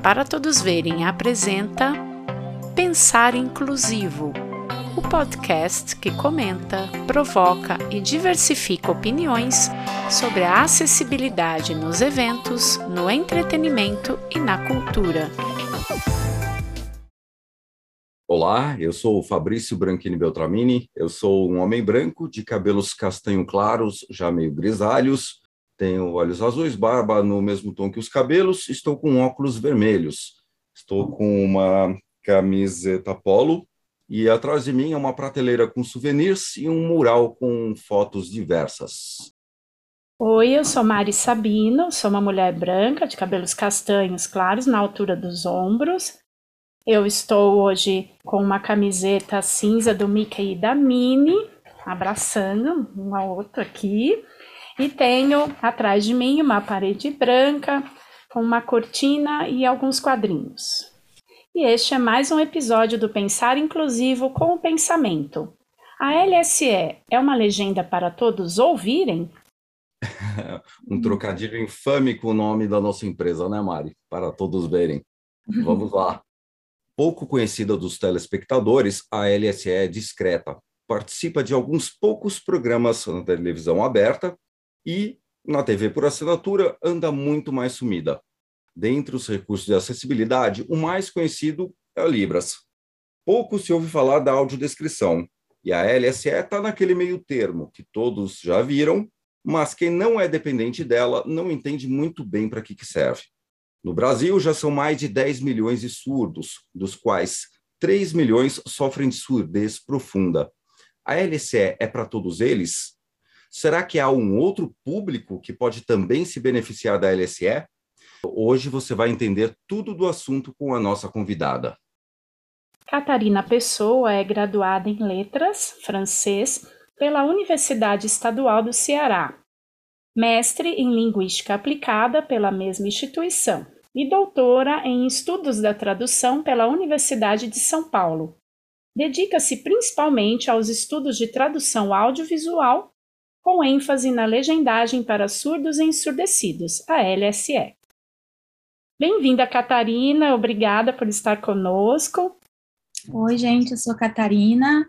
para Todos Verem apresenta Pensar Inclusivo, o podcast que comenta, provoca e diversifica opiniões sobre a acessibilidade nos eventos, no entretenimento e na cultura. Olá, eu sou o Fabrício Branchini Beltramini, eu sou um homem branco de cabelos castanho claros, já meio grisalhos, tenho olhos azuis, barba no mesmo tom que os cabelos, estou com óculos vermelhos, estou com uma camiseta polo e atrás de mim é uma prateleira com souvenirs e um mural com fotos diversas. Oi, eu sou Mari Sabino, sou uma mulher branca de cabelos castanhos claros na altura dos ombros. Eu estou hoje com uma camiseta cinza do Mickey e da Minnie, abraçando um ao outro aqui. E tenho atrás de mim uma parede branca com uma cortina e alguns quadrinhos. E este é mais um episódio do Pensar Inclusivo com o Pensamento. A LSE é uma legenda para todos ouvirem? Um trocadilho infame com o nome da nossa empresa, né, Mari? Para todos verem. Vamos lá. Pouco conhecida dos telespectadores, a LSE é discreta. Participa de alguns poucos programas na televisão aberta e, na TV por assinatura, anda muito mais sumida. Dentre os recursos de acessibilidade, o mais conhecido é a Libras. Pouco se ouve falar da audiodescrição, e a LSE está naquele meio termo, que todos já viram, mas quem não é dependente dela não entende muito bem para que serve. No Brasil, já são mais de 10 milhões de surdos, dos quais 3 milhões sofrem de surdez profunda. A LSE é para todos eles? Será que há um outro público que pode também se beneficiar da LSE? Hoje você vai entender tudo do assunto com a nossa convidada. Catarina Pessoa é graduada em Letras, francês, pela Universidade Estadual do Ceará, mestre em Linguística Aplicada pela mesma instituição e doutora em Estudos da Tradução pela Universidade de São Paulo. Dedica-se principalmente aos estudos de tradução audiovisual, com ênfase na legendagem para surdos e ensurdecidos, a LSE. Bem-vinda, Catarina, obrigada por estar conosco. Oi, gente, eu sou a Catarina,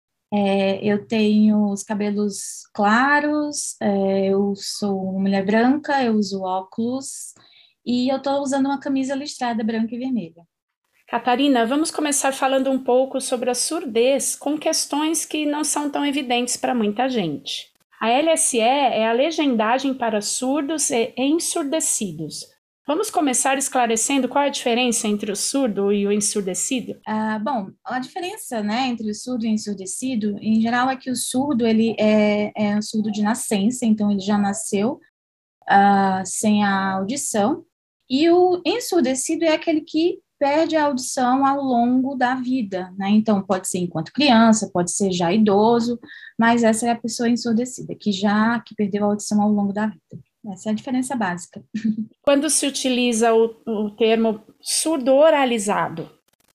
eu tenho os cabelos claros, eu sou uma mulher branca, eu uso óculos e eu estou usando uma camisa listrada branca e vermelha. Catarina, vamos começar falando um pouco sobre a surdez com questões que não são tão evidentes para muita gente. A LSE é a legendagem para surdos e ensurdecidos. Vamos começar esclarecendo qual é a diferença entre o surdo e o ensurdecido? Bom, a diferença, né, entre o surdo e o ensurdecido, em geral, é que o surdo ele é um surdo de nascença, então ele já nasceu sem a audição, e o ensurdecido é aquele que perde a audição ao longo da vida, né? Então, pode ser enquanto criança, pode ser já idoso, mas essa é a pessoa ensurdecida, que perdeu a audição ao longo da vida. Essa é a diferença básica. Quando se utiliza o termo surdo-oralizado?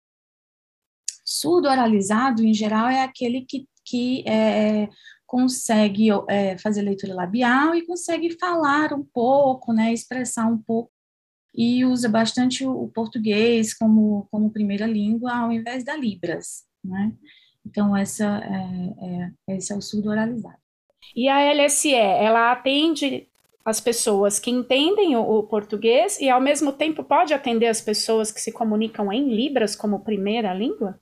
Surdo-oralizado, em geral, é aquele que consegue fazer leitura labial e consegue falar um pouco, né, expressar um pouco, e usa bastante o português como primeira língua, ao invés da Libras, né? Então, esse é o surdo-oralizado. E a LSE, ela atende as pessoas que entendem o português e, ao mesmo tempo, pode atender as pessoas que se comunicam em Libras como primeira língua?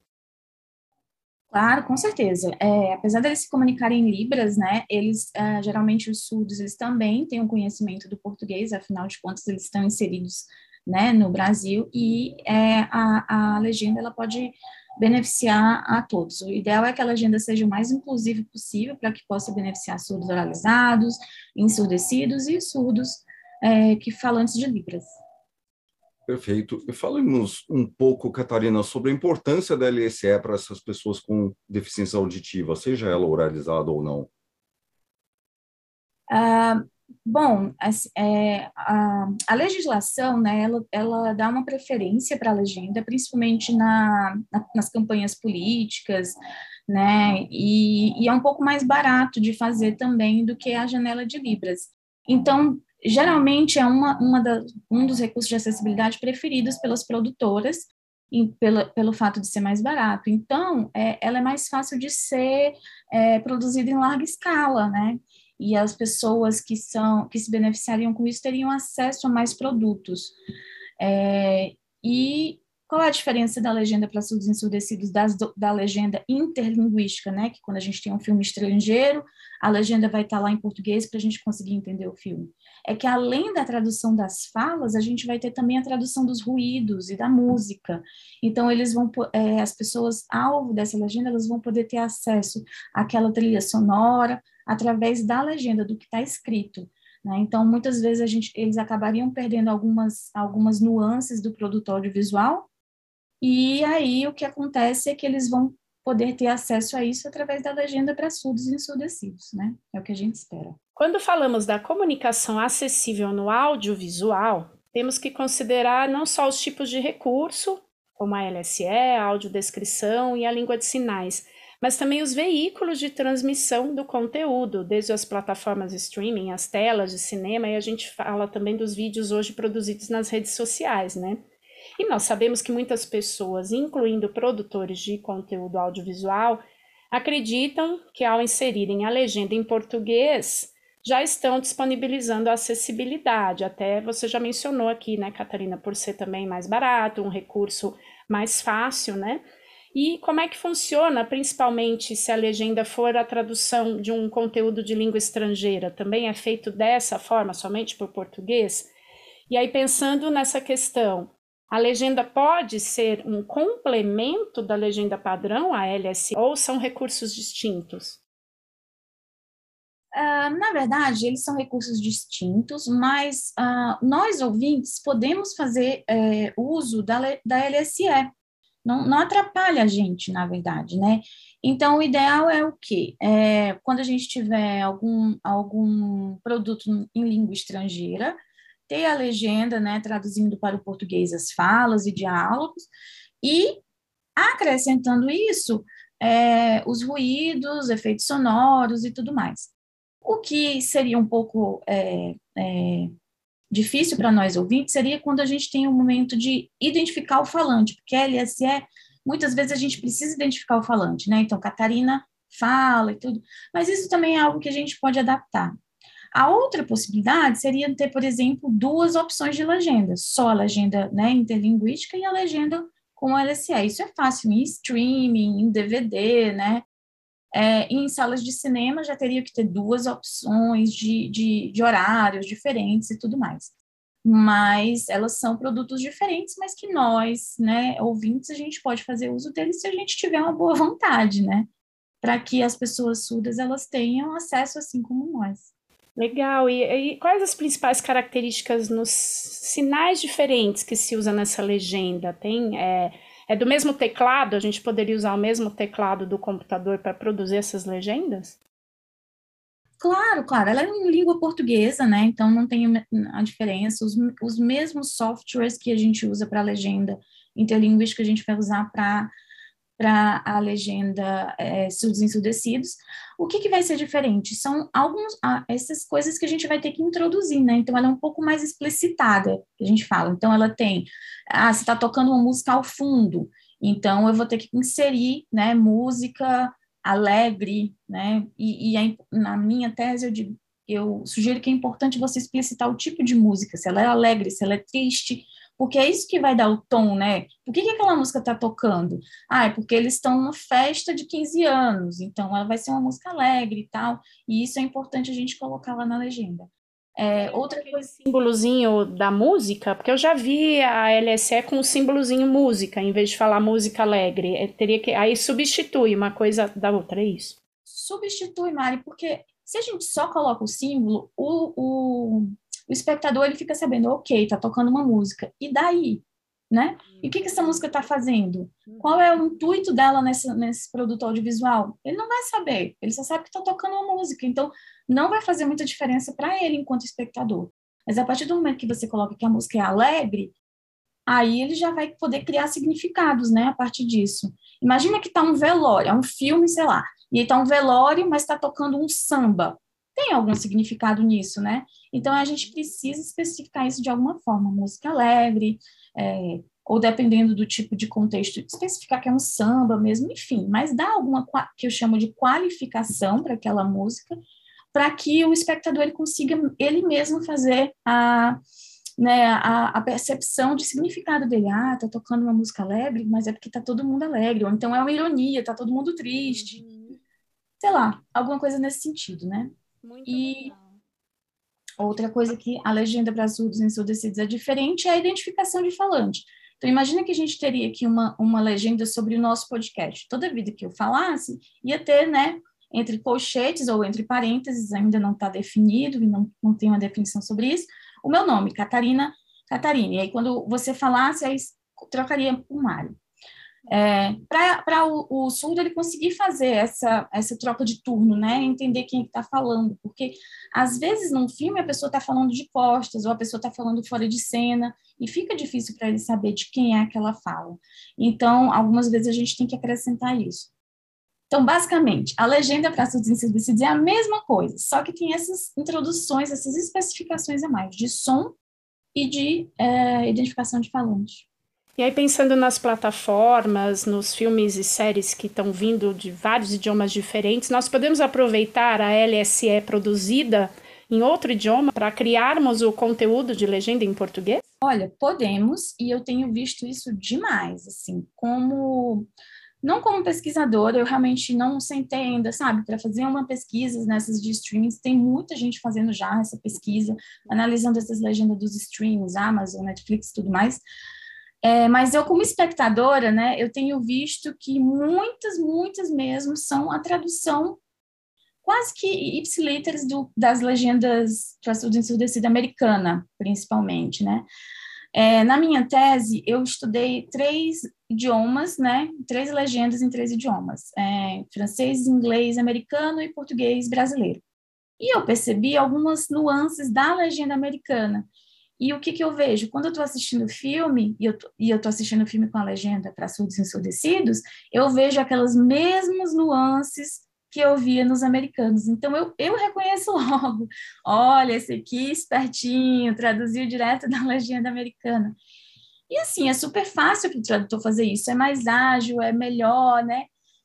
Claro, com certeza. Apesar deles se comunicarem em Libras, né, eles, geralmente os surdos, eles também têm um conhecimento do português, afinal de contas, eles estão inseridos, né, no Brasil, e a legenda, ela pode beneficiar a todos. O ideal é que a legenda seja o mais inclusiva possível, para que possa beneficiar surdos oralizados, ensurdecidos e surdos que falantes de Libras. Perfeito. E falemos um pouco, Catarina, sobre a importância da LSE para essas pessoas com deficiência auditiva, seja ela oralizada ou não. Bom, a legislação, né, ela dá uma preferência para a legenda, principalmente nas campanhas políticas, né, e é um pouco mais barato de fazer também do que a janela de Libras. Então, geralmente é um dos recursos de acessibilidade preferidos pelas produtoras, pelo fato de ser mais barato. Então, ela é mais fácil de ser produzida em larga escala, né? E as pessoas que se beneficiariam com isso teriam acesso a mais produtos. E qual é a diferença da legenda para surdos e ensurdecidos da legenda interlinguística, né? Que quando a gente tem um filme estrangeiro, a legenda vai estar lá em português para a gente conseguir entender o filme. É que além da tradução das falas, a gente vai ter também a tradução dos ruídos e da música. Então, as pessoas alvo dessa legenda, elas vão poder ter acesso àquela trilha sonora através da legenda, do que está escrito. Né? Então, muitas vezes eles acabariam perdendo algumas nuances do produto audiovisual, e aí o que acontece é que eles vão poder ter acesso a isso através da legenda para surdos e ensurdecidos, né? É o que a gente espera. Quando falamos da comunicação acessível no audiovisual, temos que considerar não só os tipos de recurso, como a LSE, a audiodescrição e a língua de sinais, mas também os veículos de transmissão do conteúdo, desde as plataformas de streaming, as telas de cinema, e a gente fala também dos vídeos hoje produzidos nas redes sociais, né? E nós sabemos que muitas pessoas, incluindo produtores de conteúdo audiovisual, acreditam que ao inserirem a legenda em português, já estão disponibilizando a acessibilidade. Até você já mencionou aqui, né, Catarina, por ser também mais barato, um recurso mais fácil, né? E como é que funciona, principalmente se a legenda for a tradução de um conteúdo de língua estrangeira? Também é feito dessa forma, somente por português? E aí, pensando nessa questão, a legenda pode ser um complemento da legenda padrão, a LSE, ou são recursos distintos? Na verdade, eles são recursos distintos, mas nós, ouvintes, podemos fazer uso da LSE. Não atrapalha a gente, na verdade, né? Então, o ideal é o quê? Quando a gente tiver algum produto em língua estrangeira, ter a legenda, né, traduzindo para o português as falas e diálogos, e acrescentando isso, os ruídos, efeitos sonoros e tudo mais. O que seria um pouco difícil para nós ouvintes seria quando a gente tem um momento de identificar o falante, porque a LSE, muitas vezes a gente precisa identificar o falante, né? Então, Catarina fala e tudo, mas isso também é algo que a gente pode adaptar. A outra possibilidade seria ter, por exemplo, duas opções de legenda, só a legenda, né, interlinguística e a legenda com a LSE. Isso é fácil em streaming, em DVD, né? Em salas de cinema já teria que ter duas opções de horários diferentes e tudo mais. Mas elas são produtos diferentes, mas que nós, né, ouvintes, a gente pode fazer uso deles se a gente tiver uma boa vontade, né? Para que as pessoas surdas elas tenham acesso assim como nós. Legal. E quais as principais características nos sinais diferentes que se usa nessa legenda? É do mesmo teclado? A gente poderia usar o mesmo teclado do computador para produzir essas legendas? Claro, claro. Ela é em língua portuguesa, né? Então não tem a diferença. Os mesmos softwares que a gente usa para a legenda interlinguística, a gente vai usar para a legenda surdos e ensurdecidos. O que vai ser diferente? São essas coisas que a gente vai ter que introduzir, né? Então, ela é um pouco mais explicitada, que a gente fala. Então, ela tem, você está tocando uma música ao fundo, então eu vou ter que inserir, né, música alegre, né? Na minha tese, eu sugiro que é importante você explicitar o tipo de música, se ela é alegre, se ela é triste, porque é isso que vai dar o tom, né? Por que aquela música está tocando? É porque eles estão numa festa de 15 anos, então ela vai ser uma música alegre e tal, e isso é importante a gente colocar lá na legenda. Outra coisa... símbolozinho da música, porque eu já vi a LSE com o símbolozinho música, em vez de falar música alegre, teria que... Aí substitui uma coisa da outra, é isso? Substitui, Mari, porque se a gente só coloca o símbolo, o espectador ele fica sabendo, ok, tá tocando uma música, e daí? Né? E o que essa música está fazendo? Qual é o intuito dela nesse produto audiovisual? Ele não vai saber, ele só sabe que está tocando uma música, então não vai fazer muita diferença para ele enquanto espectador. Mas a partir do momento que você coloca que a música é alegre, aí ele já vai poder criar significados, né, a partir disso. Imagina que está um velório, é um filme, sei lá, e está um velório, mas está tocando um samba. tem algum significado nisso, né? Então, a gente precisa especificar isso de alguma forma, música alegre, ou dependendo do tipo de contexto, especificar que é um samba mesmo, enfim, mas dar alguma, que eu chamo de qualificação para aquela música, para que o espectador ele consiga ele mesmo fazer a percepção de significado dele. Ah, tá tocando uma música alegre, mas é porque tá todo mundo alegre, ou então é uma ironia, tá todo mundo triste. Sei lá, alguma coisa nesse sentido, né? Muito E legal. outra coisa que a legenda para surdos e ensurdecidos é diferente é a identificação de falante. Então, imagina que a gente teria aqui uma legenda sobre o nosso podcast. Toda vida que eu falasse, ia ter, né, entre colchetes ou entre parênteses, ainda não está definido, e não tem uma definição sobre isso, o meu nome, Catarina. E aí, quando você falasse, aí trocaria por Mário. Para o surdo ele conseguir fazer essa troca de turno, né? Entender quem está falando, porque às vezes num filme a pessoa está falando de costas ou a pessoa está falando fora de cena e fica difícil para ele saber de quem é aquela fala. Então, algumas vezes a gente tem que acrescentar isso. Então, basicamente, a legenda para surdos e ensurdecidos é a mesma coisa, só que tem essas introduções, essas especificações a mais de som e de identificação de falante. E aí, pensando nas plataformas, nos filmes e séries que estão vindo de vários idiomas diferentes, nós podemos aproveitar a LSE produzida em outro idioma para criarmos o conteúdo de legenda em português? Olha, podemos, e eu tenho visto isso demais, assim, não como pesquisadora, eu realmente não sentei ainda, sabe, para fazer uma pesquisa nessas de streamings, tem muita gente fazendo já essa pesquisa, analisando essas legendas dos streams, Amazon, Netflix e tudo mais, mas eu, como espectadora, né, eu tenho visto que muitas mesmo são a tradução quase que ipsiliteris das legendas para surdo e ensurdecido americana, principalmente, né. Na minha tese, eu estudei 3 idiomas, né, 3 legendas em 3 idiomas, francês, inglês, americano e português brasileiro. E eu percebi algumas nuances da legenda americana. E o que eu vejo? Quando eu estou assistindo filme, e eu estou assistindo filme com a legenda para surdos e ensurdecidos, eu vejo aquelas mesmas nuances que eu via nos americanos. Então, eu reconheço logo. Olha, esse aqui espertinho, traduziu direto da legenda americana. E, assim, é super fácil para o tradutor fazer isso. É mais ágil, é melhor, né?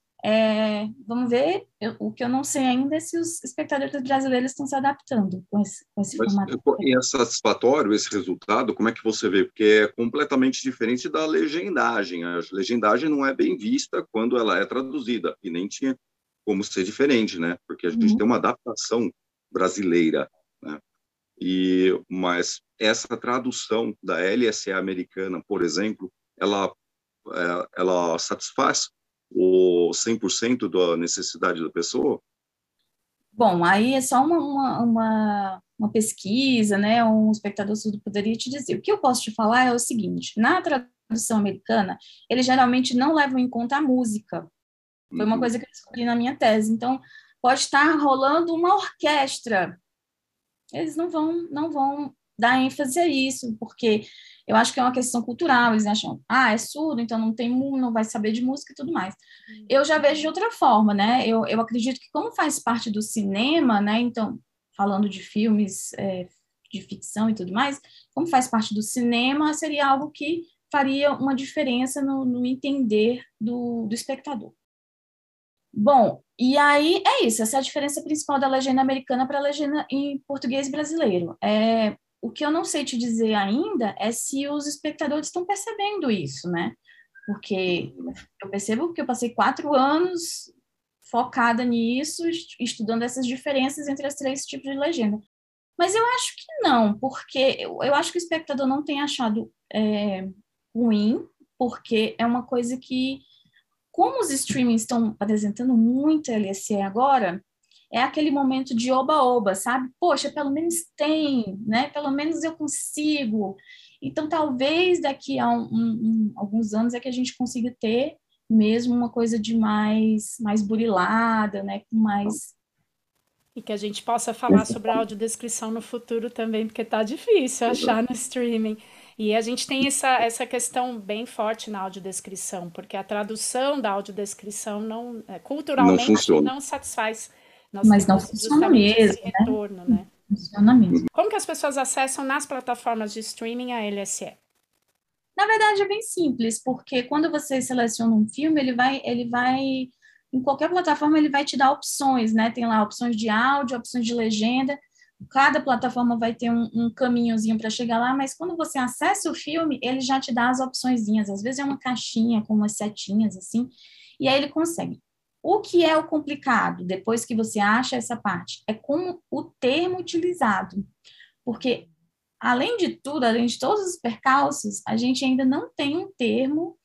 Vamos ver, o que eu não sei ainda é se os espectadores brasileiros estão se adaptando com esse Mas formato. e é satisfatório esse resultado? Como é que você vê? Porque é completamente diferente da legendagem. A legendagem não é bem vista quando ela é traduzida, e nem tinha como ser diferente, né? Porque a gente tem uma adaptação brasileira, né? Mas essa tradução da LSE americana, por exemplo, ela satisfaz o 100% da necessidade da pessoa? Bom, aí é só uma pesquisa, né? Um espectador surdo poderia te dizer. O que eu posso te falar é o seguinte: na tradução americana, eles geralmente não levam em conta a música. Foi uma coisa que eu descobri na minha tese. Então, pode estar rolando uma orquestra. Eles não vão dar ênfase a isso, porque eu acho que é uma questão cultural. Eles acham, é surdo, então não vai saber de música e tudo mais. Eu já vejo de outra forma, né? Eu acredito que como faz parte do cinema, né? Então, falando de filmes de ficção e tudo mais, como faz parte do cinema, seria algo que faria uma diferença no entender do espectador. Bom, e aí é isso, essa é a diferença principal da legenda americana para a legenda em português brasileiro. O que eu não sei te dizer ainda é se os espectadores estão percebendo isso, né? Porque eu percebo que eu passei 4 anos focada nisso, estudando essas diferenças entre os 3 tipos de legenda. Mas eu acho que não, porque eu acho que o espectador não tem achado ruim, porque é uma coisa que, como os streamings estão apresentando muito LSE agora, é aquele momento de oba-oba, sabe? Poxa, pelo menos tem, né? Pelo menos eu consigo. Então, talvez daqui a alguns anos é que a gente consiga ter mesmo uma coisa de mais burilada, né? Com mais... E que a gente possa falar sobre a audiodescrição no futuro também, porque tá difícil achar no streaming. E a gente tem essa questão bem forte na audiodescrição, porque a tradução da audiodescrição culturalmente não satisfaz Mas não funciona mesmo, esse retorno, né? Funciona mesmo. Como que as pessoas acessam nas plataformas de streaming a LSE? Na verdade, é bem simples, porque quando você seleciona um filme, em qualquer plataforma, ele vai te dar opções, né? Tem lá opções de áudio, opções de legenda, cada plataforma vai ter um caminhozinho para chegar lá, mas quando você acessa o filme, ele já te dá as opçõezinhas, às vezes é uma caixinha com umas setinhas, assim, e aí ele consegue. O que é o complicado, depois que você acha essa parte, é como o termo utilizado, porque além de tudo, além de todos os percalços, a gente ainda não tem um termo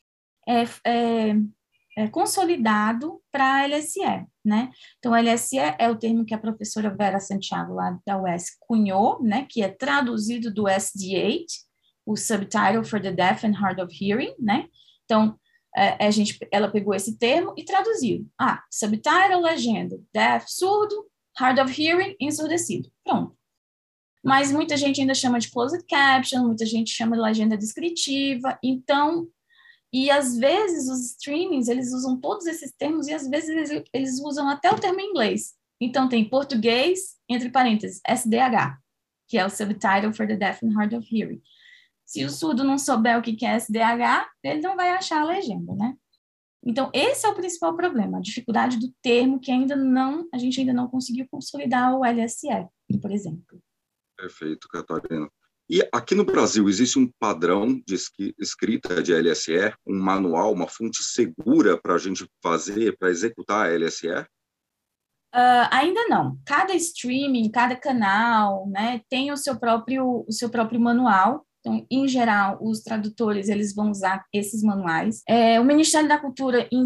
consolidado para a LSE, né? Então, a LSE é o termo que a professora Vera Santiago, lá da UES, cunhou, né? Que é traduzido do SD8, o Subtitle for the Deaf and Hard of Hearing, né? Então, ela pegou esse termo e traduziu. Subtitle, legenda, deaf, surdo, hard of hearing, ensurdecido. Pronto. Mas muita gente ainda chama de closed caption, muita gente chama de legenda descritiva, então, e às vezes os streamings, eles usam todos esses termos e às vezes eles usam até o termo em inglês. Então, tem português, entre parênteses, SDH, que é o Subtitle for the Deaf and Hard of Hearing. Se o surdo não souber o que é SDH, ele não vai achar a legenda, né? Então, esse é o principal problema, a dificuldade do termo que a gente ainda não conseguiu consolidar o LSE, por exemplo. Perfeito, Catarina. E aqui no Brasil, existe um padrão de escrita de LSE, um manual, uma fonte segura para a gente fazer, para executar a LSE? Ainda não. Cada streaming, cada canal, né, tem o seu próprio manual. Então, em geral, os tradutores eles vão usar esses manuais. O Ministério da Cultura, em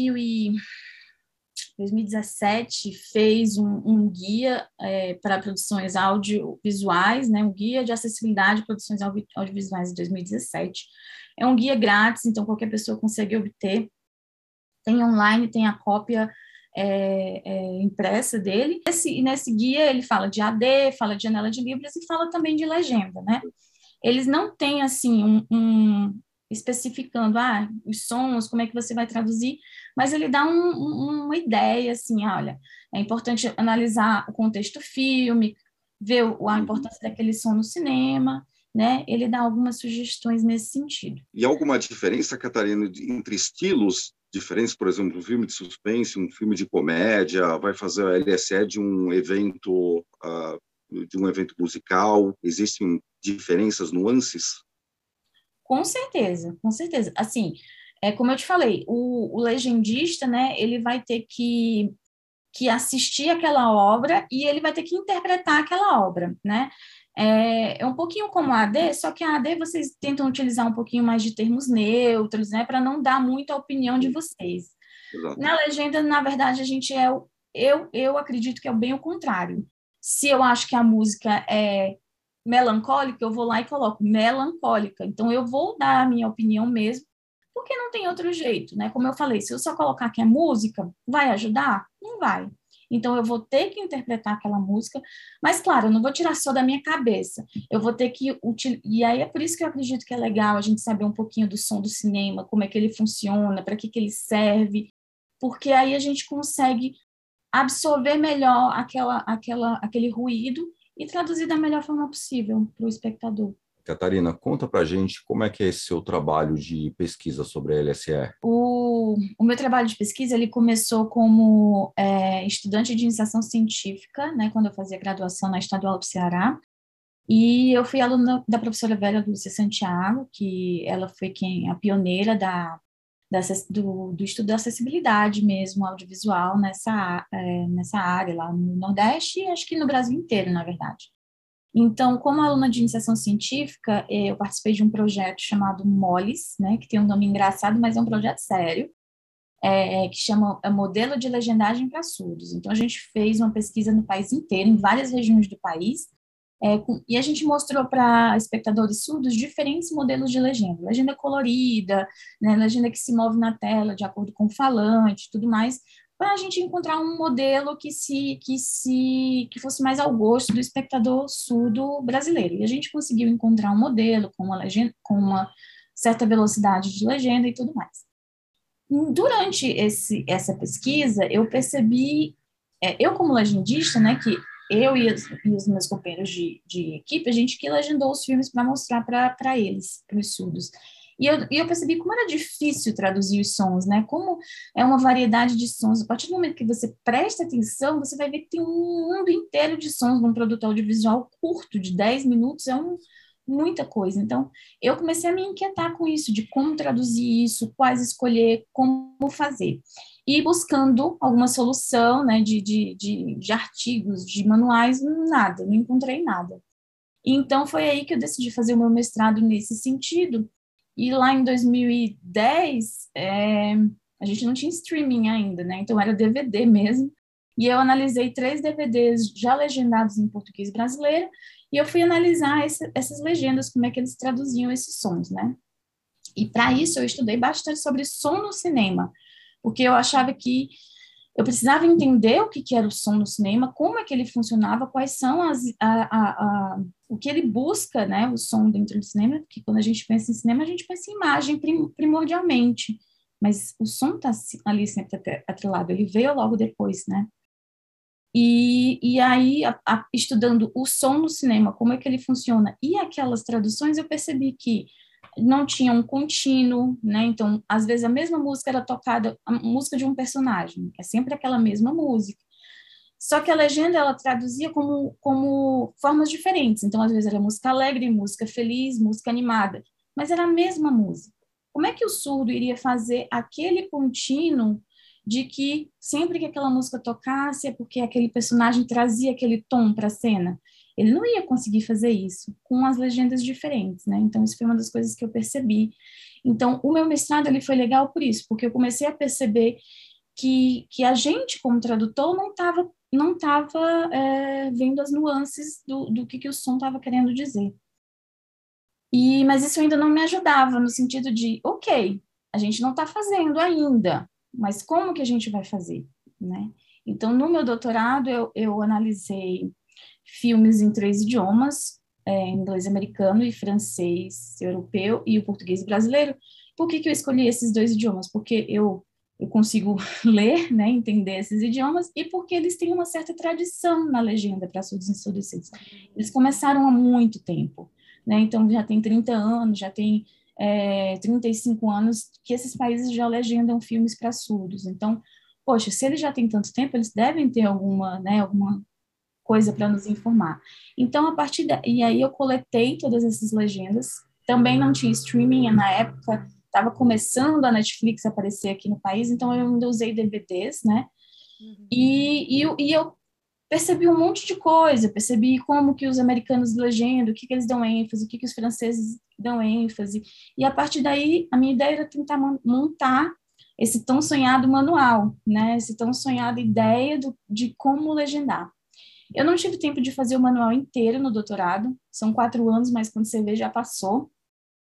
2017, fez um guia para produções audiovisuais, né, um guia de acessibilidade de produções audiovisuais de 2017. É um guia grátis, então qualquer pessoa consegue obter. Tem online, tem a cópia impressa dele. Nesse guia ele fala de AD, fala de janela de Libras e fala também de legenda, né? Eles não têm, assim, especificando, os sons, como é que você vai traduzir, mas ele dá uma ideia, assim, olha, é importante analisar o contexto fílmico, ver a importância daquele som no cinema, né? Ele dá algumas sugestões nesse sentido. E alguma diferença, Catarina, entre estilos diferentes, por exemplo, um filme de suspense, um filme de comédia, vai fazer a LSE de um evento musical? Existem diferenças, nuances? Com certeza, com certeza. Assim, como eu te falei, o legendista, né, ele vai ter que assistir aquela obra e ele vai ter que interpretar aquela obra, né? É um pouquinho como a AD, só que a AD vocês tentam utilizar um pouquinho mais de termos neutros, né, para não dar muito a opinião de vocês. Exato. Na legenda, na verdade, a gente eu acredito que é bem o contrário. Se eu acho que a música é melancólica, eu vou lá e coloco melancólica. Então, eu vou dar a minha opinião mesmo, porque não tem outro jeito, né? Como eu falei, se eu só colocar que é música, vai ajudar? Não vai. Então, eu vou ter que interpretar aquela música, mas, claro, eu não vou tirar só da minha cabeça. Eu vou ter que e aí é por isso que eu acredito que é legal a gente saber um pouquinho do som do cinema, como é que ele funciona, para que ele serve, porque aí a gente consegue absorver melhor aquele ruído e traduzir da melhor forma possível para o espectador. Catarina, conta para a gente como é que é esse seu trabalho de pesquisa sobre a LSE. O meu trabalho de pesquisa ele começou como estudante de iniciação científica, né, quando eu fazia graduação na Estadual do Ceará, e eu fui aluna da professora Vera Lúcia Santiago, que ela foi a pioneira do estudo da acessibilidade mesmo audiovisual nessa área lá no Nordeste e acho que no Brasil inteiro, na verdade. Então, como aluna de iniciação científica, eu participei de um projeto chamado MOLES, né, que tem um nome engraçado, mas é um projeto sério, que chama Modelo de Legendagem para Surdos. Então, a gente fez uma pesquisa no país inteiro, em várias regiões do país, e a gente mostrou para espectadores surdos diferentes modelos de legenda. Legenda colorida, né, legenda que se move na tela de acordo com o falante, tudo mais, para a gente encontrar um modelo que fosse mais ao gosto do espectador surdo brasileiro. E a gente conseguiu encontrar um modelo com uma certa velocidade de legenda e tudo mais. Durante essa pesquisa, eu percebi eu como legendista, né, que eu e os meus companheiros de equipe, a gente que legendou os filmes para mostrar para eles, para os surdos. E eu percebi como era difícil traduzir os sons, né? Como é uma variedade de sons. A partir do momento que você presta atenção, você vai ver que tem um mundo inteiro de sons num produto audiovisual curto, de 10 minutos, muita coisa. Então, eu comecei a me inquietar com isso, de como traduzir isso, quais escolher, como fazer. E buscando alguma solução, né, de artigos, de manuais, nada, não encontrei nada. Então, foi aí que eu decidi fazer o meu mestrado nesse sentido. E lá em 2010, a gente não tinha streaming ainda, né? Então, era DVD mesmo. E eu analisei 3 DVDs já legendados em português brasileiro, e eu fui analisar essas legendas, como é que eles traduziam esses sons, né? E para isso eu estudei bastante sobre som no cinema, porque eu achava que eu precisava entender o que era o som no cinema, como é que ele funcionava, quais são o que ele busca, né, o som dentro do cinema, porque quando a gente pensa em cinema, a gente pensa em imagem primordialmente, mas o som está ali sempre atrelado, ele veio logo depois, né? E aí, estudando o som no cinema, como é que ele funciona, e aquelas traduções, eu percebi que não tinha um contínuo, né? Então, às vezes a mesma música era tocada, a música de um personagem, é sempre aquela mesma música. Só que a legenda, ela traduzia como formas diferentes. Então, às vezes era música alegre, música feliz, música animada, mas era a mesma música. Como é que o surdo iria fazer aquele contínuo de que sempre que aquela música tocasse é porque aquele personagem trazia aquele tom para a cena? Ele não ia conseguir fazer isso com as legendas diferentes, né? Então, isso foi uma das coisas que eu percebi. Então, o meu mestrado ele foi legal por isso, porque eu comecei a perceber que a gente, como tradutor, não tava vendo as nuances do que o som estava querendo dizer. Mas isso ainda não me ajudava, no sentido de, ok, a gente não está fazendo ainda, mas como que a gente vai fazer, né? Então, no meu doutorado, eu analisei filmes em 3 idiomas, inglês americano e francês europeu e o português brasileiro. Por que eu escolhi esses 2 idiomas? Porque eu consigo ler, né, entender esses idiomas, e porque eles têm uma certa tradição na legenda para surdos ensurdecidos. Eles começaram há muito tempo, né? Então já tem 30 anos, já tem 35 anos que esses países já legendam filmes para surdos. Então, poxa, se eles já têm tanto tempo, eles devem ter alguma coisa para nos informar. Então, e aí eu coletei todas essas legendas. Também não tinha streaming na época, estava começando a Netflix a aparecer aqui no país, então eu ainda usei DVDs, né? E eu percebi um monte de coisa, percebi como que os americanos legendam, o que eles dão ênfase, o que os franceses dão ênfase. E a partir daí, a minha ideia era tentar montar esse tão sonhado manual, né? Esse tão sonhado ideia de como legendar. Eu não tive tempo de fazer o manual inteiro no doutorado, são 4 anos, mas quando você vê, já passou.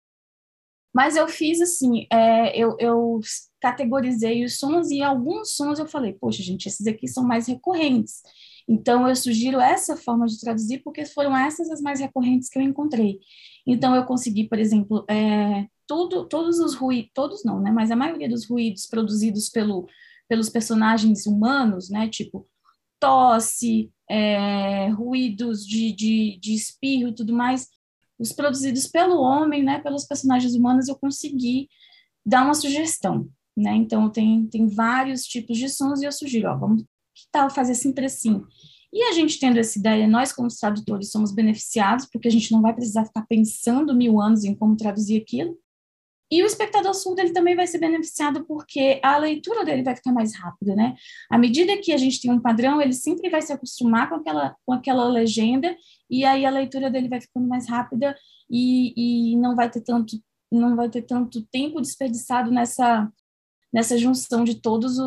Mas eu fiz assim, eu categorizei os sons e alguns sons eu falei, poxa, gente, esses aqui são mais recorrentes. Então, eu sugiro essa forma de traduzir porque foram essas as mais recorrentes que eu encontrei. Então, eu consegui, por exemplo, todos os ruídos, todos não, né? Mas a maioria dos ruídos produzidos pelos personagens humanos, né? Tipo, tosse, ruídos de espirro e tudo mais, os produzidos pelo homem, né, pelos personagens humanos, eu consegui dar uma sugestão, né? Então, tem vários tipos de sons e eu sugiro, vamos, que tal fazer sempre assim? E a gente tendo essa ideia, nós como tradutores somos beneficiados, porque a gente não vai precisar ficar pensando 1000 anos em como traduzir aquilo. E o espectador surdo ele também vai ser beneficiado porque a leitura dele vai ficar mais rápida, né? À medida que a gente tem um padrão, ele sempre vai se acostumar com aquela legenda e aí a leitura dele vai ficando mais rápida e não vai ter tanto tempo desperdiçado nessa junção de todos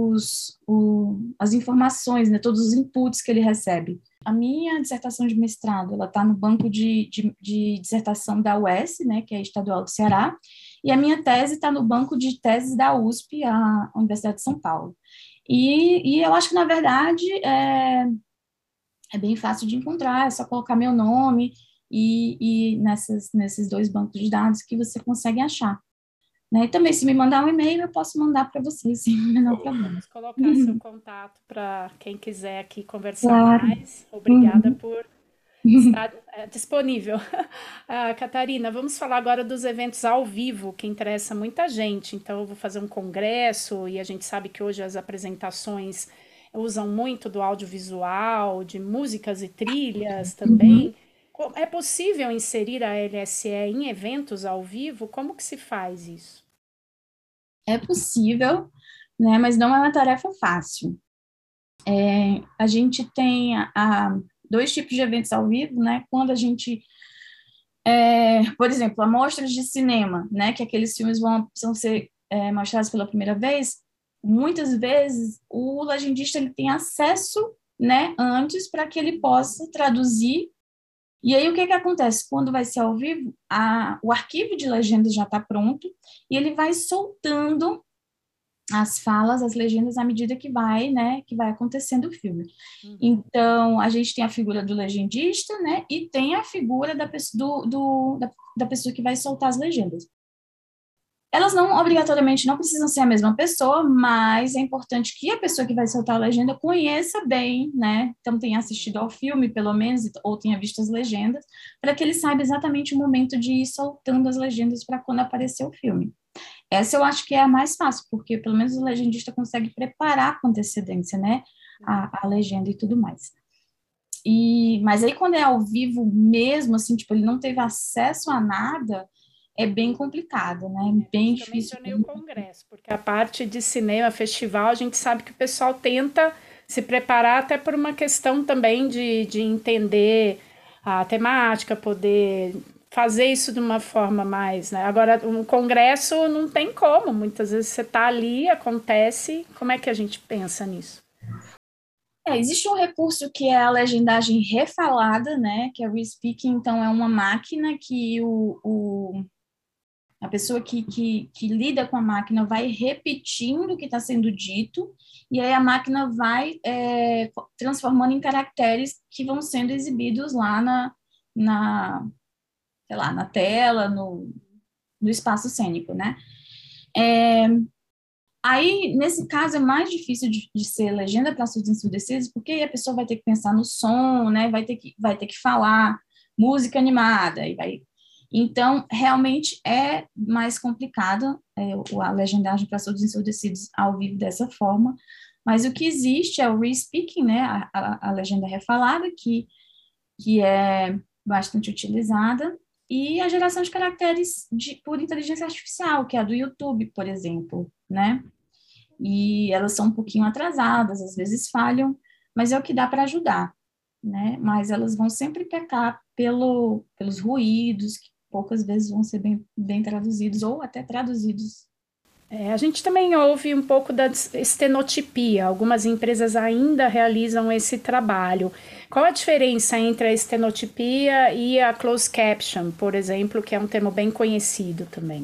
as informações, né? Todos os inputs que ele recebe. A minha dissertação de mestrado, ela está no banco de dissertação da UES, né? Que é Estadual do Ceará. E a minha tese está no banco de teses da USP, a Universidade de São Paulo. E eu acho que, na verdade, é bem fácil de encontrar, é só colocar meu nome e nesses 2 bancos de dados que você consegue achar. Né? E também, se me mandar um e-mail, eu posso mandar para vocês, sem o menor problema. Vamos colocar seu contato para quem quiser aqui conversar Claro. mais. Obrigada Uhum. por estar disponível. Catarina, vamos falar agora dos eventos ao vivo, que interessa muita gente. Então, eu vou fazer um congresso e a gente sabe que hoje as apresentações usam muito do audiovisual, de músicas e trilhas também. É possível inserir a LSE em eventos ao vivo? Como que se faz isso? É possível, né, mas não é uma tarefa fácil. A gente tem dois tipos de eventos ao vivo, né? Quando a gente, por exemplo, amostras de cinema, né? Que aqueles filmes vão ser mostrados pela primeira vez. Muitas vezes o legendista ele tem acesso, né? Antes para que ele possa traduzir. E aí o que acontece? Quando vai ser ao vivo, o arquivo de legenda já está pronto e ele vai soltando as falas, as legendas à medida que vai, né, que vai acontecendo o filme. Então, a gente tem a figura do legendista, né, e tem a figura da pessoa que vai soltar as legendas. Elas não, obrigatoriamente, não precisam ser a mesma pessoa, mas é importante que a pessoa que vai soltar a legenda conheça bem, né, então tenha assistido ao filme, pelo menos, ou tenha visto as legendas, para que ele saiba exatamente o momento de ir soltando as legendas para quando aparecer o filme. Essa eu acho que é a mais fácil, porque pelo menos o legendista consegue preparar com antecedência, né, a legenda e tudo mais. Mas aí quando é ao vivo mesmo, assim, tipo, ele não teve acesso a nada, é bem complicado, né, bem difícil. Eu mencionei o congresso, porque a parte de cinema, festival, a gente sabe que o pessoal tenta se preparar até por uma questão também de entender a temática, poder fazer isso de uma forma mais, né? Agora, um congresso não tem como, muitas vezes você está ali, acontece, como é que a gente pensa nisso? Existe um recurso que é a legendagem refalada, né, que é o respeaking, então é uma máquina que a pessoa que lida com a máquina vai repetindo o que está sendo dito, e aí a máquina vai transformando em caracteres que vão sendo exibidos lá sei lá, na tela, no espaço cênico, né? Aí, nesse caso, é mais difícil de ser legenda para surdos ensurdecidos, porque aí a pessoa vai ter que pensar no som, né? Vai ter que falar música animada, Então, realmente é mais complicado a legendagem para surdos ensurdecidos ao vivo dessa forma, mas o que existe é o respeaking, né? A legenda refalada, que é bastante utilizada, e a geração de caracteres por inteligência artificial, que é a do YouTube, por exemplo, né? E elas são um pouquinho atrasadas, às vezes falham, mas é o que dá para ajudar, né? Mas elas vão sempre pecar pelos ruídos, que poucas vezes vão ser bem traduzidos, ou até traduzidos. A gente também ouve um pouco da estenotipia. Algumas empresas ainda realizam esse trabalho. Qual a diferença entre a estenotipia e a closed caption, por exemplo, que é um termo bem conhecido também?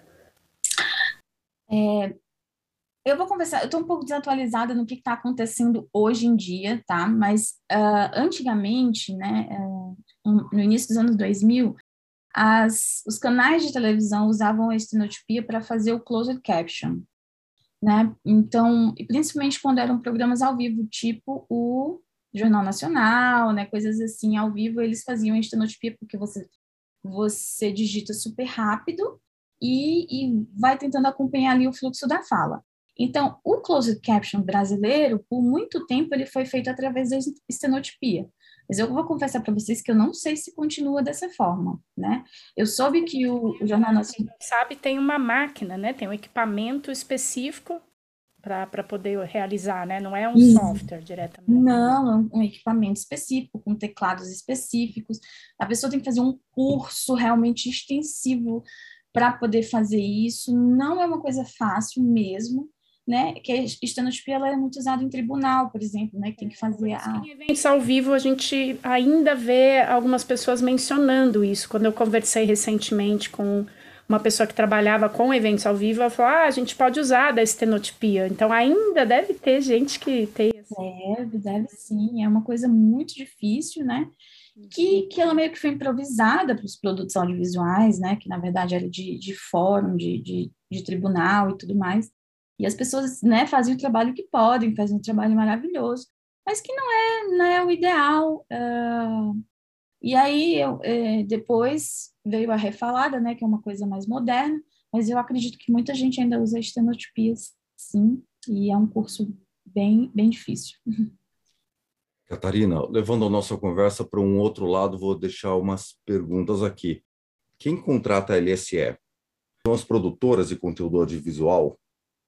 Eu vou conversar, eu estou um pouco desatualizada no que está acontecendo hoje em dia, tá? Mas antigamente, né, no início dos anos 2000, os canais de televisão usavam a estenotipia para fazer o closed caption, né? Então, e principalmente quando eram programas ao vivo, tipo o Jornal Nacional, né? Coisas assim ao vivo, eles faziam a estenotipia porque você digita super rápido e vai tentando acompanhar ali o fluxo da fala. Então, o closed caption brasileiro, por muito tempo, ele foi feito através da estenotipia. Mas eu vou confessar para vocês que eu não sei se continua dessa forma, né? Eu soube que o Jornal Nacional... Sabe, tem uma máquina, né? Tem um equipamento específico para poder realizar, né? Não é um software diretamente. Não, é um equipamento específico, com teclados específicos. A pessoa tem que fazer um curso realmente extensivo para poder fazer isso. Não é uma coisa fácil mesmo, né? Que a estenotipia ela é muito usada em tribunal, por exemplo, né? Que tem que fazer Em eventos ao vivo, a gente ainda vê algumas pessoas mencionando isso. Quando eu conversei recentemente com uma pessoa que trabalhava com eventos ao vivo, ela falou, a gente pode usar da estenotipia. Então, ainda deve ter gente que tem Deve sim, é uma coisa muito difícil, né? Que ela meio que foi improvisada para os produtos audiovisuais, né? Que na verdade era de fórum, de tribunal e tudo mais. E as pessoas, né, fazem o trabalho que podem, fazem um trabalho maravilhoso, mas que não é o ideal. E aí, depois veio a refalada, né, que é uma coisa mais moderna, mas eu acredito que muita gente ainda usa estenotipias, sim, e é um curso bem difícil. Catarina, levando a nossa conversa para um outro lado, vou deixar umas perguntas aqui. Quem contrata a LSE? São as produtoras de conteúdo audiovisual?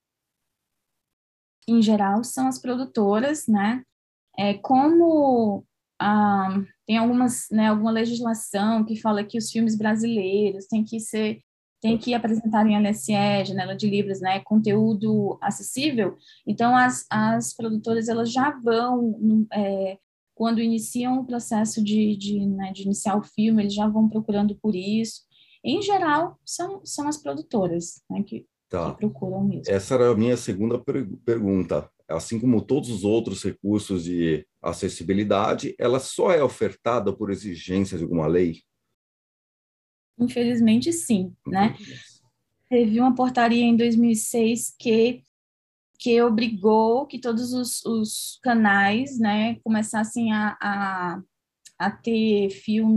Em geral, são as produtoras, né? Como tem alguma legislação que fala que os filmes brasileiros têm que apresentar em LSE, Janela de Libras, né, conteúdo acessível. Então, as produtoras, elas já vão, quando iniciam o processo de iniciar o filme, eles já vão procurando por isso. Em geral, são as produtoras, né, que procuram mesmo. Essa era a minha segunda pergunta. Assim como todos os outros recursos de acessibilidade, ela só é ofertada por exigência de alguma lei? Infelizmente, sim, né? Teve uma portaria em 2006 que obrigou que todos os canais, né, começassem a ter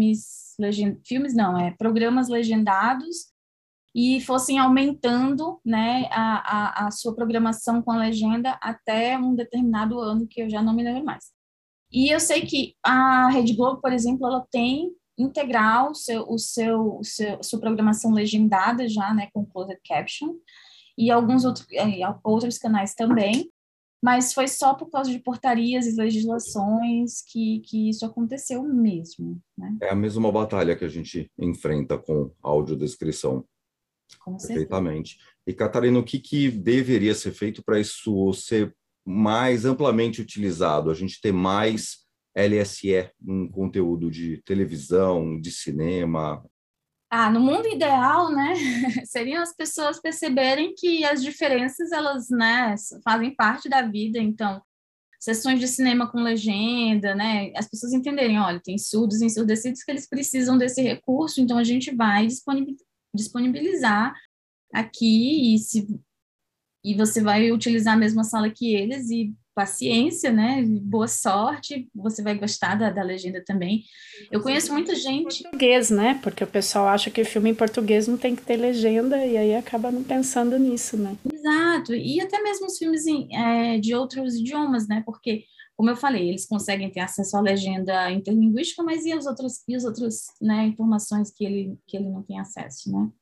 programas legendados e fossem aumentando, né, a sua programação com a legenda até um determinado ano, que eu já não me lembro mais. E eu sei que a Rede Globo, por exemplo, ela tem integral sua programação legendada já, né, com closed caption, e alguns outros canais também, mas foi só por causa de portarias e legislações que isso aconteceu mesmo, né? É a mesma batalha que a gente enfrenta com audiodescrição. Com perfeitamente. E, Catarina, o que deveria ser feito para isso ser mais amplamente utilizado? A gente ter mais LSE em conteúdo de televisão, de cinema? No mundo ideal, né, seriam as pessoas perceberem que as diferenças, elas, né, fazem parte da vida. Então, sessões de cinema com legenda, né, as pessoas entenderem, olha, tem surdos e ensurdecidos que eles precisam desse recurso, então a gente vai disponibilizar aqui, e você vai utilizar a mesma sala que eles, e paciência, né? Boa sorte, você vai gostar da legenda também. Eu conheço muita gente... Português, né? Porque o pessoal acha que o filme em português não tem que ter legenda, e aí acaba não pensando nisso, né? Exato, e até mesmo os filmes de outros idiomas, né? Porque, como eu falei, eles conseguem ter acesso à legenda interlinguística, mas e os outros, né, informações que ele não tem acesso, né?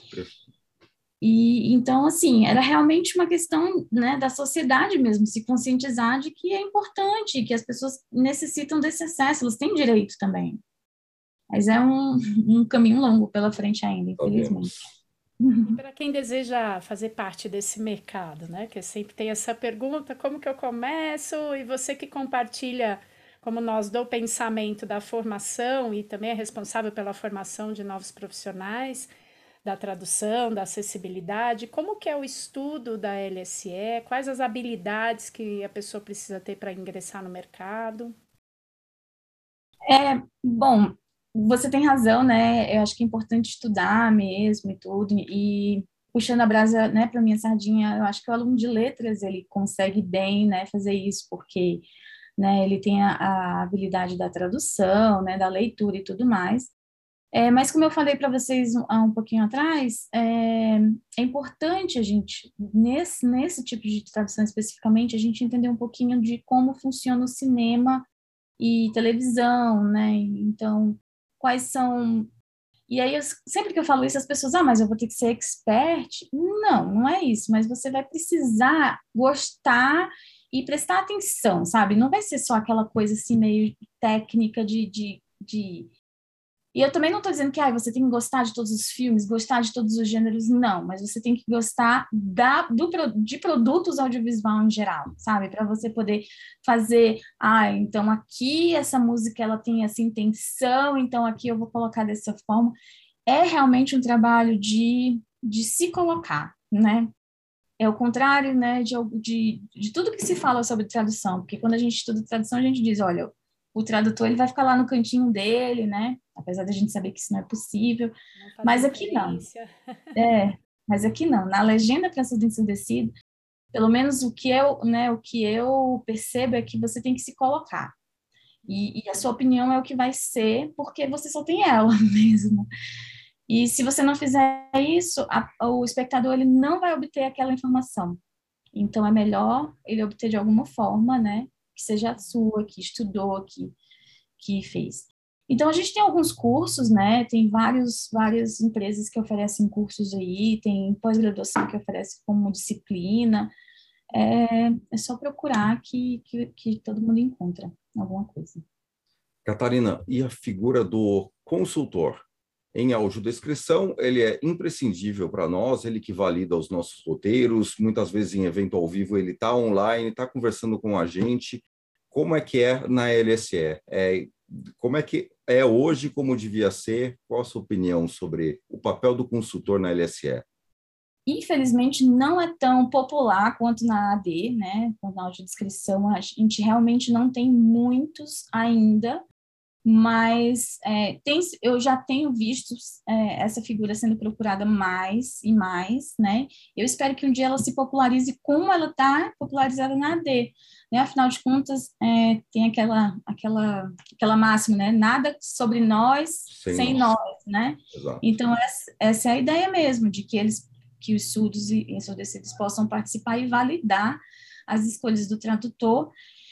E então, assim, era realmente uma questão, né, da sociedade mesmo, se conscientizar de que é importante, que as pessoas necessitam desse acesso, elas têm direito também. Mas é um caminho longo pela frente ainda, infelizmente. E para quem deseja fazer parte desse mercado, né, que sempre tem essa pergunta, como que eu começo? E você que compartilha, como nós, do pensamento da formação e também é responsável pela formação de novos profissionais, da tradução, da acessibilidade, como que é o estudo da LSE, quais as habilidades que a pessoa precisa ter para ingressar no mercado? Bom, você tem razão, né? Eu acho que é importante estudar mesmo e tudo, e puxando a brasa, né, para minha sardinha, eu acho que o aluno de letras, ele consegue bem, né, fazer isso, porque, né, ele tem a habilidade da tradução, né, da leitura e tudo mais. Mas como eu falei para vocês há um pouquinho atrás, é importante a gente, nesse tipo de tradução especificamente, a gente entender um pouquinho de como funciona o cinema e televisão, né? Então, quais são... E aí, sempre que eu falo isso, as pessoas, mas eu vou ter que ser expert. Não é isso, mas você vai precisar gostar e prestar atenção, sabe? Não vai ser só aquela coisa assim meio técnica E eu também não estou dizendo que você tem que gostar de todos os filmes, gostar de todos os gêneros, não, mas você tem que gostar de produtos audiovisuais em geral, sabe? Para você poder fazer, então aqui essa música ela tem essa intenção, então aqui eu vou colocar dessa forma. É realmente um trabalho de se colocar, né? é o contrário, né, de tudo que se fala sobre tradução, porque quando a gente estuda tradução, a gente diz, olha, o tradutor ele vai ficar lá no cantinho dele, né, apesar da gente saber que isso não é possível, mas aqui não. Mas aqui não. Na legenda para surdo ensurdecido, pelo menos o que eu percebo é que você tem que se colocar. E a sua opinião é o que vai ser, porque você só tem ela mesmo. E se você não fizer isso, o espectador ele não vai obter aquela informação. Então, é melhor ele obter de alguma forma, né, que seja a sua, que estudou, que fez. Então, a gente tem alguns cursos, né, tem várias empresas que oferecem cursos aí, tem pós-graduação que oferece como disciplina. É só procurar que todo mundo encontra alguma coisa. Catarina, e a figura do consultor? Em audiodescrição, ele é imprescindível para nós, ele que valida os nossos roteiros, muitas vezes em evento ao vivo ele está online, está conversando com a gente. Como é que é na LSE? Como é que é hoje, como devia ser? Qual a sua opinião sobre o papel do consultor na LSE? Infelizmente, não é tão popular quanto na AD, né? Na audiodescrição, a gente realmente não tem muitos ainda, mas eu já tenho visto essa figura sendo procurada mais e mais, né? Eu espero que um dia ela se popularize como ela está popularizada na AD, né? Afinal de contas, tem aquela máxima, né? Nada sobre nós sem nós, né? Exato. Então, essa é a ideia mesmo, de que os surdos e ensurdecidos possam participar e validar as escolhas do tradutor,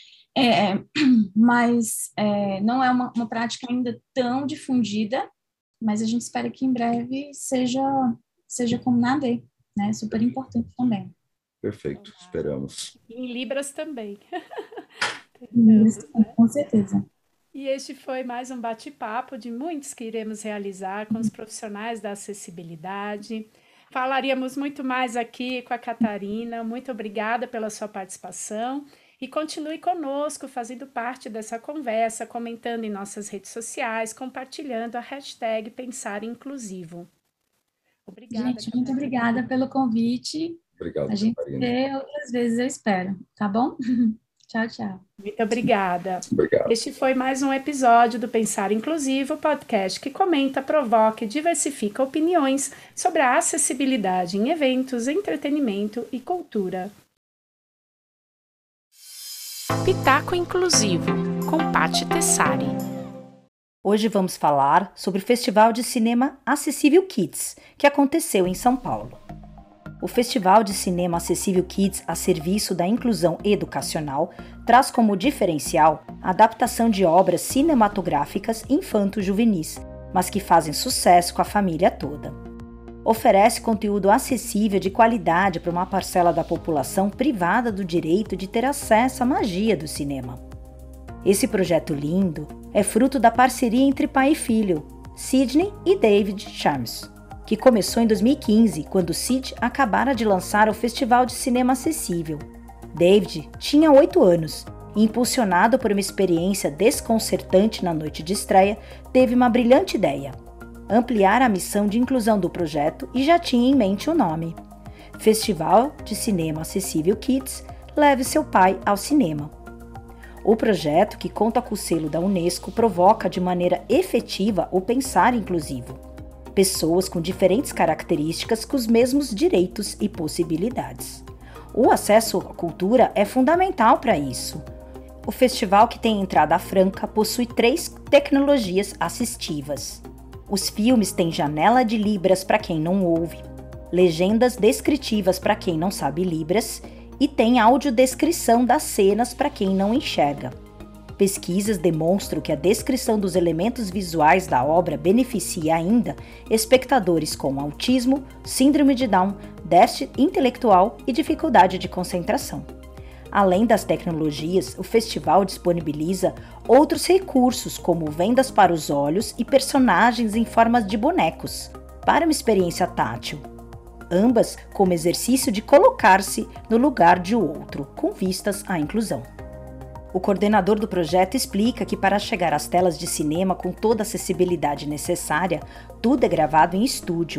mas não é uma prática ainda tão difundida, mas a gente espera que em breve seja como na AD, né? Super importante também. Perfeito, esperamos. Em Libras também. Isso, com certeza. E este foi mais um bate-papo de muitos que iremos realizar com os profissionais da acessibilidade. Falaríamos muito mais aqui com a Catarina. Muito obrigada pela sua participação e continue conosco, fazendo parte dessa conversa, comentando em nossas redes sociais, compartilhando a hashtag Pensar Inclusivo. Obrigada, gente, Catarina. muito obrigada pelo convite. Obrigado, a gente Catarina. vê outras vezes, eu espero, tá bom? Tchau, tchau. Muito obrigada. Obrigado. Este foi mais um episódio do Pensar Inclusivo, podcast que comenta, provoca e diversifica opiniões sobre a acessibilidade em eventos, entretenimento e cultura. Pitaco Inclusivo, com Paty Tessari. Hoje vamos falar sobre o Festival de Cinema Acessível Kids, que aconteceu em São Paulo. O Festival de Cinema Acessível Kids, a serviço da inclusão educacional, traz como diferencial a adaptação de obras cinematográficas infanto-juvenis, mas que fazem sucesso com a família toda. Oferece conteúdo acessível de qualidade para uma parcela da população privada do direito de ter acesso à magia do cinema. Esse projeto lindo é fruto da parceria entre pai e filho, Sidney e David Charms, que começou em 2015, quando Sid acabara de lançar o Festival de Cinema Acessível. David tinha 8 anos e, impulsionado por uma experiência desconcertante na noite de estreia, teve uma brilhante ideia: ampliar a missão de inclusão do projeto e já tinha em mente o nome. Festival de Cinema Acessível Kids, leve seu pai ao cinema. O projeto, que conta com o selo da Unesco, provoca de maneira efetiva o pensar inclusivo. Pessoas com diferentes características com os mesmos direitos e possibilidades. O acesso à cultura é fundamental para isso. O festival, que tem entrada franca, possui 3 tecnologias assistivas. Os filmes têm janela de Libras para quem não ouve, legendas descritivas para quem não sabe Libras e tem audiodescrição das cenas para quem não enxerga. Pesquisas demonstram que a descrição dos elementos visuais da obra beneficia ainda espectadores com autismo, síndrome de Down, déficit intelectual e dificuldade de concentração. Além das tecnologias, o festival disponibiliza outros recursos, como vendas para os olhos e personagens em formas de bonecos, para uma experiência tátil. Ambas como exercício de colocar-se no lugar de outro, com vistas à inclusão. O coordenador do projeto explica que, para chegar às telas de cinema com toda a acessibilidade necessária, tudo é gravado em estúdio.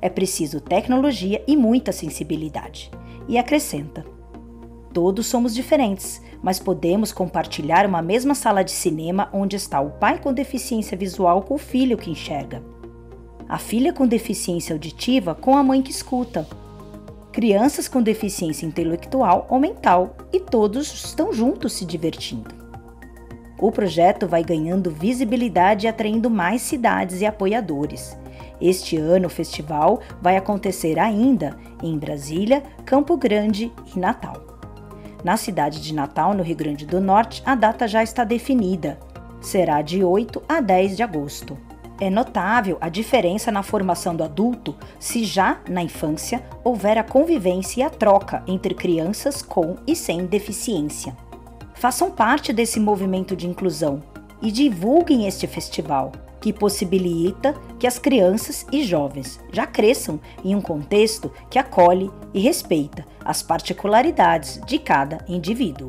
é preciso tecnologia e muita sensibilidade. E acrescenta: todos somos diferentes, mas podemos compartilhar uma mesma sala de cinema onde está o pai com deficiência visual com o filho que enxerga, a filha com deficiência auditiva com a mãe que escuta, crianças com deficiência intelectual ou mental, e todos estão juntos se divertindo. O projeto vai ganhando visibilidade e atraindo mais cidades e apoiadores. Este ano o festival vai acontecer ainda em Brasília, Campo Grande e Natal. Na cidade de Natal, no Rio Grande do Norte, a data já está definida. Será de 8 a 10 de agosto. É notável a diferença na formação do adulto se já, na infância, houver a convivência e a troca entre crianças com e sem deficiência. Façam parte desse movimento de inclusão e divulguem este festival, que possibilita que as crianças e jovens já cresçam em um contexto que acolhe e respeita as particularidades de cada indivíduo.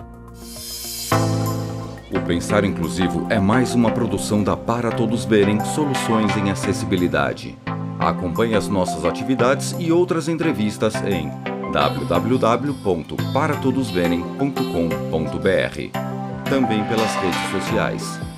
O Pensar Inclusivo é mais uma produção da Para Todos Verem Soluções em Acessibilidade. Acompanhe as nossas atividades e outras entrevistas em www.paratodosverem.com.br, também pelas redes sociais.